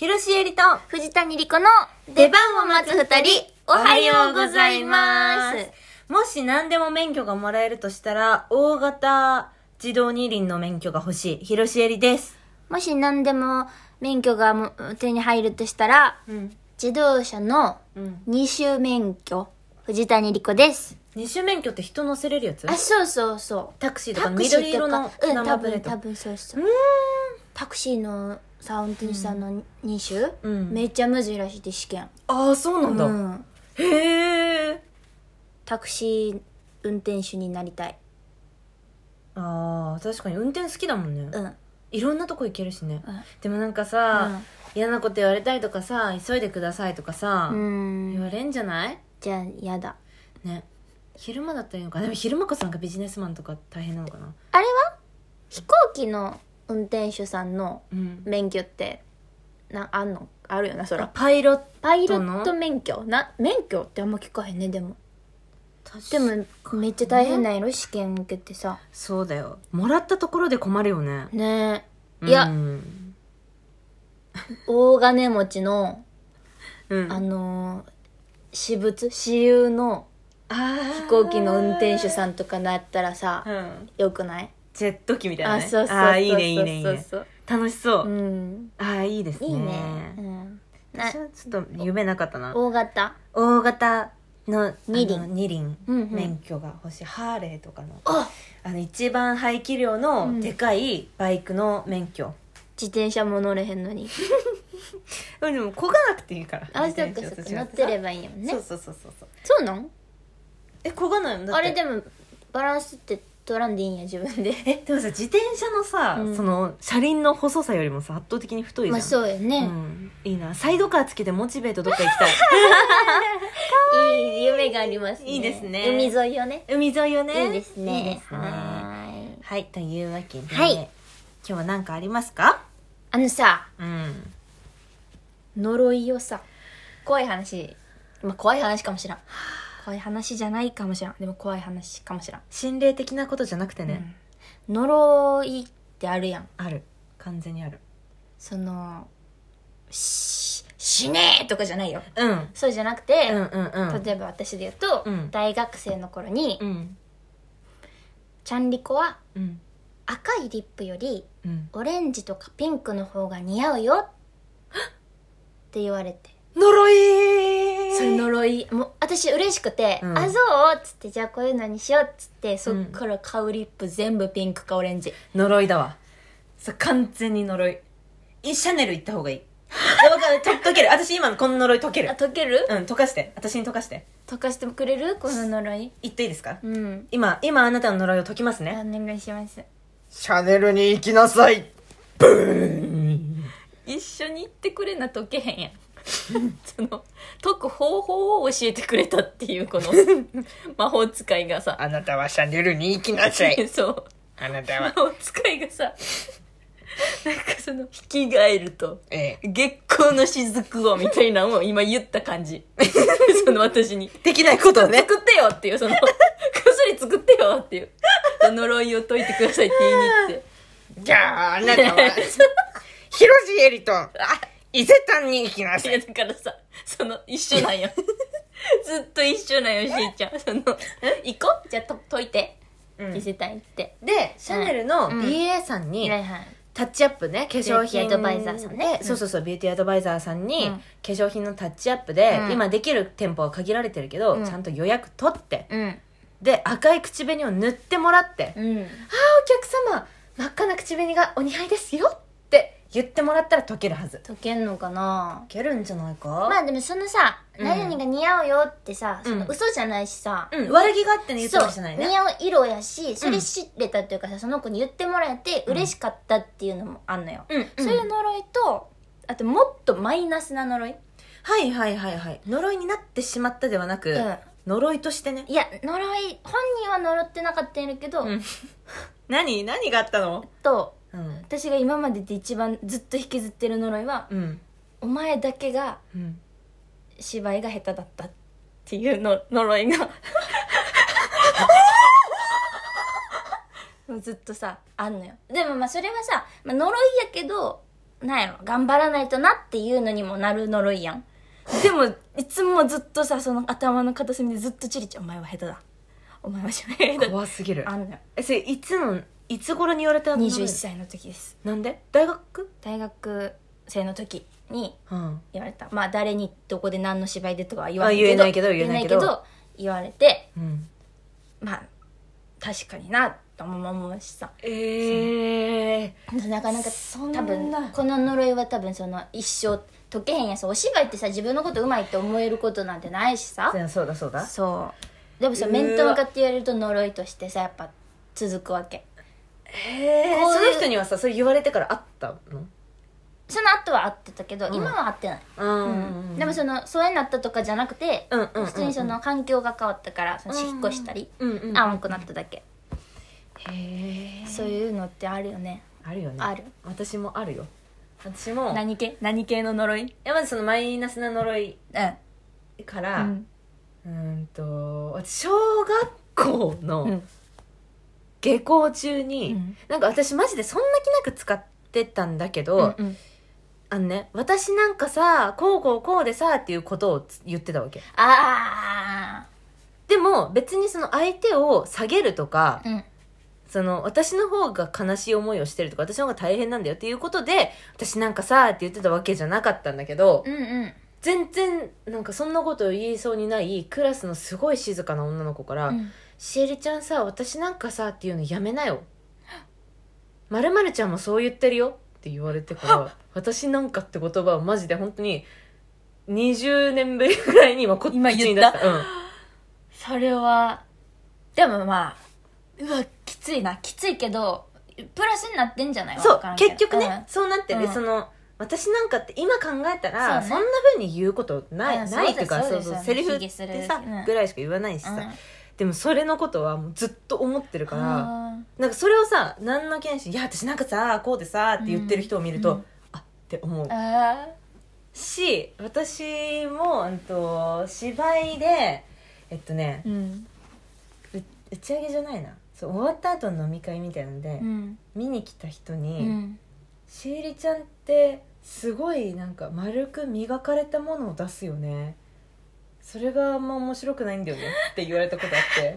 広瀬えりと藤谷莉子の出番を待つ二人、おはようございます。 もし何でも免許がもらえるとしたら、大型自動二輪の免許が欲しい広瀬えりです。 もし何でも免許が手に入るとしたら、自動車の二種免許、藤谷莉子です。 二種免許って人乗せれるやつ？ あ、そうそうそう。 タクシーとか緑色のナンバープレート。 多分そうそう。タクシーのさ、運転手さんの2種、めっちゃむずいらしいで試験。 ああ、そうなんだ。へえ。 タクシー運転手になりたい。 ああ、確かに運転好きだもんね。いろんなとこ行けるしね。でもなんかさ、嫌なこと言われたりとかさ、急いでくださいとかさ、言われんじゃない？ じゃあ嫌だね。昼間だったらいいのかな。でも昼間こそなんかビジネスマンとか大変なのかな。 あれは飛行機の運転手さんの免許って、あるよな、そら。 パイロット免許免許ってあんま聞かへんね。でもめっちゃ大変なんやろ、試験受けてさ。 そうだよ。もらったところで困るよね。 ねえ。いや、大金持ちの私有の飛行機の運転手さんとかなったらさ、よくない？ ジェット機みたいなね。 そうそう。 あ、いいねいいねいいね。楽しそう。あ、いいですね。 いいね。 私はちょっと夢なかったな。 大型の二輪免許が欲しい。ハーレーとかの一番排気量のでかいバイクの免許。 自転車も乗れへんのに。 でも漕がなくていいから。 あ、そっかそっか、乗ってればいいよね。 そう。 そうなん？ 漕がないの？ あれでもバランスって取らんでいいんや、自分で。 でもさ、自転車のさ、その車輪の細さよりもさ圧倒的に太いじゃん。 まあそうよね。 いいな。サイドカーつけてモチベートどっか行きたい。 いい夢がありますね。 いいですね。 海沿いよね。 海沿いよね。 いいですね。 はい、というわけで、 はい、 今日は何かありますか？ さ、呪いをさ、怖い話、怖い話かもしらん。怖い話じゃないかもしらん。でも怖い話かもしらん。 心霊的なことじゃなくてね。 呪いってあるやん。 ある。完全にある。 その、死ねーとかじゃないよ。そうじゃなくて、例えば私で言うと、大学生の頃に、ちゃんりこは、赤いリップより、オレンジとかピンクの方が似合うよって言われて。 呪い。 そういう呪い。もう私嬉しくて、あ、そうっつって、じゃあこういうのにしようっつって、そっから買うリップ全部ピンクかオレンジ。 呪いだわ。完全に呪い。シャネル行った方がいい。解ける。私今のこの呪い解ける。 解ける？ 解かして。私に解かして。 解かしてくれる？この呪い。 言っていいですか？今あなたの呪いを解きますね。 お願いします。 シャネルに行きなさい。ブーン。 一緒に行ってくれな、解けへんやん。その解く方法を教えてくれたっていうこの魔法使いがさ、 あなたはシャネルに行きなさい。 そう、 あなたは魔法使いがさ、なんかそのヒキガエルと月光の雫をみたいなのを今言った感じ。その私にできないことをね、 作ってよっていう、その薬作ってよっていう呪いを解いてくださいって言いに行って、 じゃああなたは広瀬えりと伊勢丹に行きなさい。 いやだからさ、その一緒なんよ。ずっと一緒なんよ、しーちゃん。その行こう、じゃあ解いて、伊勢丹行って。 で、シャネルの BA さんにタッチアップね、化粧品ビューティーアドバイザーさんね。 そうビューティーアドバイザーさんに化粧品のタッチアップで、今できる店舗は限られてるけど、ちゃんと予約取って、で赤い口紅を塗ってもらって、お客様真っ赤な口紅がお似合いですよって言ってもらったら解けるはず。 解けんのかな？ 解けるんじゃないか。 まあでもそのさ、何々が似合うよってさ、その嘘じゃないしさ、 悪気があってね、言ったわけじゃないね。 似合う色やし、それ知れたっていうかさ、その子に言ってもらえて嬉しかったっていうのもあんのよ。そういう呪いと、あともっとマイナスな呪い。 呪いになってしまったではなく、呪いとしてね。 いや、呪い、本人は呪ってなかったんやけど、 何があったの？ 私が今までで一番ずっと引きずってる呪いは、お前だけが芝居が下手だったっていうの呪いがずっとさあんのよ。でもまあそれはさ、呪いやけどなんやろ、頑張らないとなっていうのにもなる呪いやん。でもいつもずっとさ、その頭の片隅でずっとチリチ、お前は下手だ、お前は下手だ、 怖すぎる。 あんのよ。 それいつ頃に言われたの ？21歳の時です。 なんで？大学生の時に言われた、 うん、 まあ誰にどこで何の芝居でとかは言わないけど言われて、うん、まあ確かになと思うしさ、なかなか多分この呪いは多分その一生解けへんやつ。お芝居ってさ、自分のことうまいって思えることなんてないしさ。 そうだでもさ、面と向かって言われると呪いとしてさ、やっぱ続くわけ。 その人にはさ、それ言われてから会ったの？ その後は会ってたけど、今は会ってない、でもそういうなったとかじゃなくて、普通にその環境が変わったから引っ越したり、会わんくなっただけ。そういうのってあるよね。 あるよね。 ある。 私もあるよ。私も何系の呪い？ まずそのマイナスな呪いから、私小学校の下校中に、なんか私マジでそんな気なく使ってたんだけど、私なんかさ、こうでさっていうことを言ってたわけ。でも別にその相手を下げるとか、その私の方が悲しい思いをしてるとか、私の方が大変なんだよっていうことで、私なんかさって言ってたわけじゃなかったんだけど、全然なんかそんなことを言いそうにないクラスのすごい静かな女の子から、しえりちゃんさ、私なんかさっていうのやめなよ、〇〇ちゃんもそう言ってるよって言われてから私なんかって言葉はマジで本当に20年ぶりぐらいに今口に出した。 それはでもまあ、うわきついけどプラスになってんじゃない？ そう、結局ね、そうなってる、その私なんかって今考えたら そんな風に言うことないっていうか、セリフってさぐらいしか言わないしさ、でもそれのことはもうずっと思ってるから、なんかそれをさ、何の気なしに、いや私なんかさこうでさって言ってる人を見ると、あって思うし、私も芝居で打ち上げじゃないな、終わった後の飲み会みたいなので、見に来た人に、しえりちゃんってすごいなんか丸く磨かれたものを出すよね、それがあんま面白くないんだよねって言われたことあって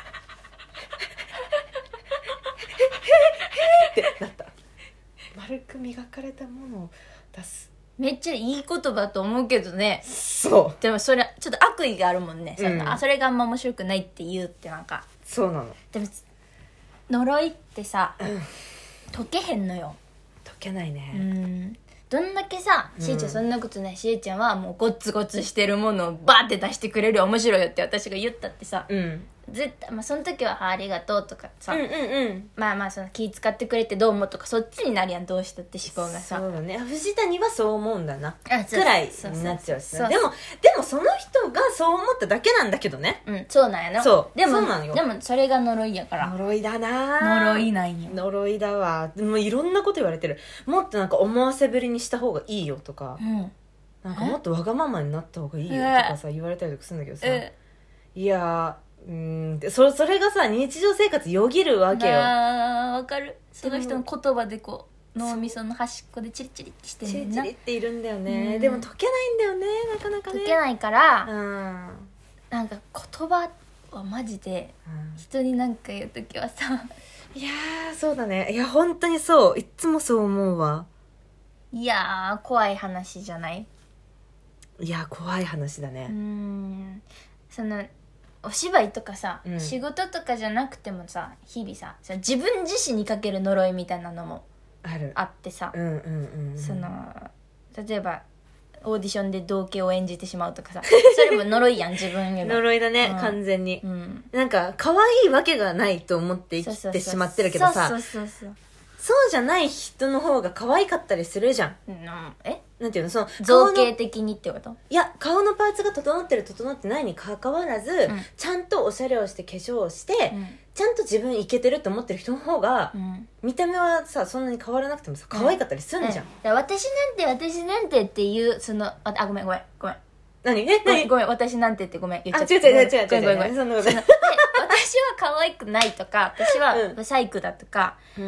ってなった。丸く磨かれたものを出す、 めっちゃいい言葉と思うけどね。 そう、 でもそれちょっと悪意があるもんね、それがあんま面白くないって言うってなんか。 そうなの。 でも呪いってさ、解けへんのよ。 解けないね。 どんだけさ、しえちゃんそんなことない、しえちゃんはもうゴツゴツしてるものをバーって出してくれるよ、面白いよって私が言ったってさ、絶対、まあ、その時はありがとうとかさ、まあまあその気使ってくれてどうもとかそっちになるやん、どうしたって思考がさ。 そうだね、藤谷はそう思うんだなくらいになっちゃうし、でもその人がそう思っただけなんだけどね。 そうなんやな。 そうでもそうなのよ。 でもそれが呪いやから。 呪いだな。 呪いなんよ。 呪いだわ。でもいろんなこと言われてる。もっとなんか思わせぶりにした方がいいよとか、なんかもっとわがままになった方がいいよとかさ、言われたりとかするんだけどさ、いやそれがさ日常生活よぎるわけよ。 わかる。その人の言葉でこう脳みその端っこでチリチリってしてるんだな。チリチリっているんだよね。でも解けないんだよね、なかなかね。 解けないから、なんか言葉はマジで人に何か言うときはさ、 いやそうだね。いや本当にそう、いつもそう思うわ。 いや怖い話じゃない？ いや怖い話だね。 そのお芝居とかさ、仕事とかじゃなくてもさ、日々さ自分自身にかける呪いみたいなのもあってさ、その例えばオーディションで道化を演じてしまうとかさ、それも呪いやん自分への。 呪いだね、完全に、なんか可愛いわけがないと思って生きてしまってるけどさ、そうじゃない人の方が可愛かったりするじゃん。なんていうの、その造形的にってこと？ いや、顔のパーツが整ってる整ってないにかかわらず、ちゃんとおしゃれをして化粧をして、ちゃんと自分イケてると思ってる人の方が、見た目はさそんなに変わらなくてもさ可愛かったりするんじゃん。 私なんてっていうそのごめん何ごめん、私なんてってごめん言っちゃった。 違うごめんそんなことない。 私は可愛くないとか、私はブサイクだとか、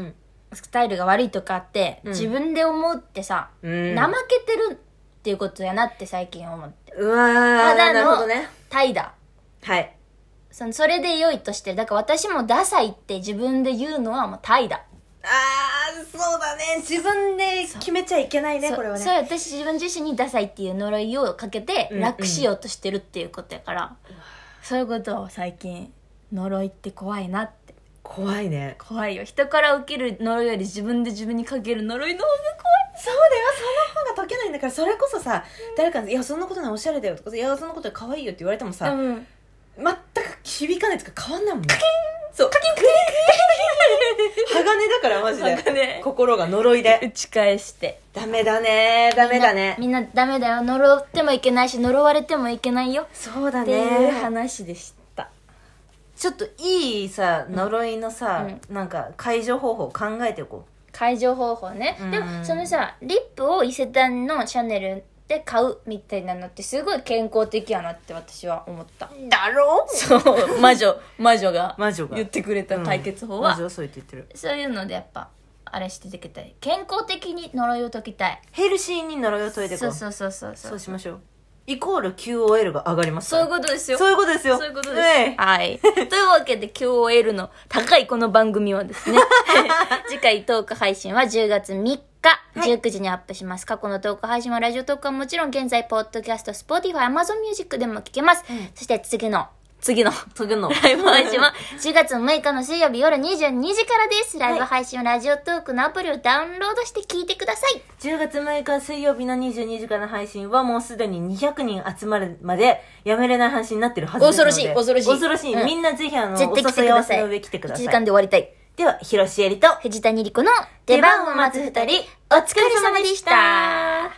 スタイルが悪いとかあって、自分で思うってさ、怠けてるっていうことやなって最近思って。 うわー、 ただのね、 怠惰。 はい。 それで良いとしてる。だから私もダサいって自分で言うのはもう怠惰。 あー、そうだね。自分で決めちゃいけないね、これはね。 そう、私自分自身にダサいっていう呪いをかけて楽しようとしてるっていうことやから、そういうことを最近、呪いって怖いなって。 怖いね。 怖いよ。人から受ける呪いより自分で自分にかける呪いの方が怖い。 そうだよ、その方が解けないんだから。それこそさ、誰かに「いやそんなことない、おしゃれだよ」とか「いやそんなこと可愛いよ」って言われてもさ、全く響かないとか変わんないもんね。 カキン、そうカキンカキン鋼だからマジで。心が呪いで打ち返して。 ダメだね、ダメだね。 みんなダメだよ。呪ってもいけないし呪われてもいけないよ。 そうだね。 っていう話でした。 ちょっといいさ、呪いのさ、なんか解除方法考えておこう。 解除方法ね。でもそのさ、リップを伊勢丹のシャネルで買うみたいなのってすごい健康的やなって私は思った。 だろう。 そう魔女が言ってくれた解決法は、 魔女はそう言ってる。 そういうのでやっぱあれしていきたい。健康的に呪いを解きたい。 ヘルシーに呪いを解いていこう。そうしましょう。イコール QOL が上がりますから。 そういうことですよ。 そういうことですよ。 そういうことです。はい。というわけで QOL の高いこの番組はですね、次回トーク配信は10月3日、19時にアップします。過去のトーク配信はラジオトークはもちろん現在、ポッドキャスト、Spotify、Amazon Music でも聞けます。そして次のライブ配信は10月6日の水曜日夜22時からです。ライブ配信はラジオトークのアプリをダウンロードして聞いてください。 10月6日水曜日の22時からの配信はもうすでに200人集まるまでやめれない話になってるはずですので。恐ろしい。みんなぜひお誘い合わせの上来てください。 1時間で終わりたい。 では、広瀬えりと藤谷莉子の出番を待つ2人、お疲れ様でした。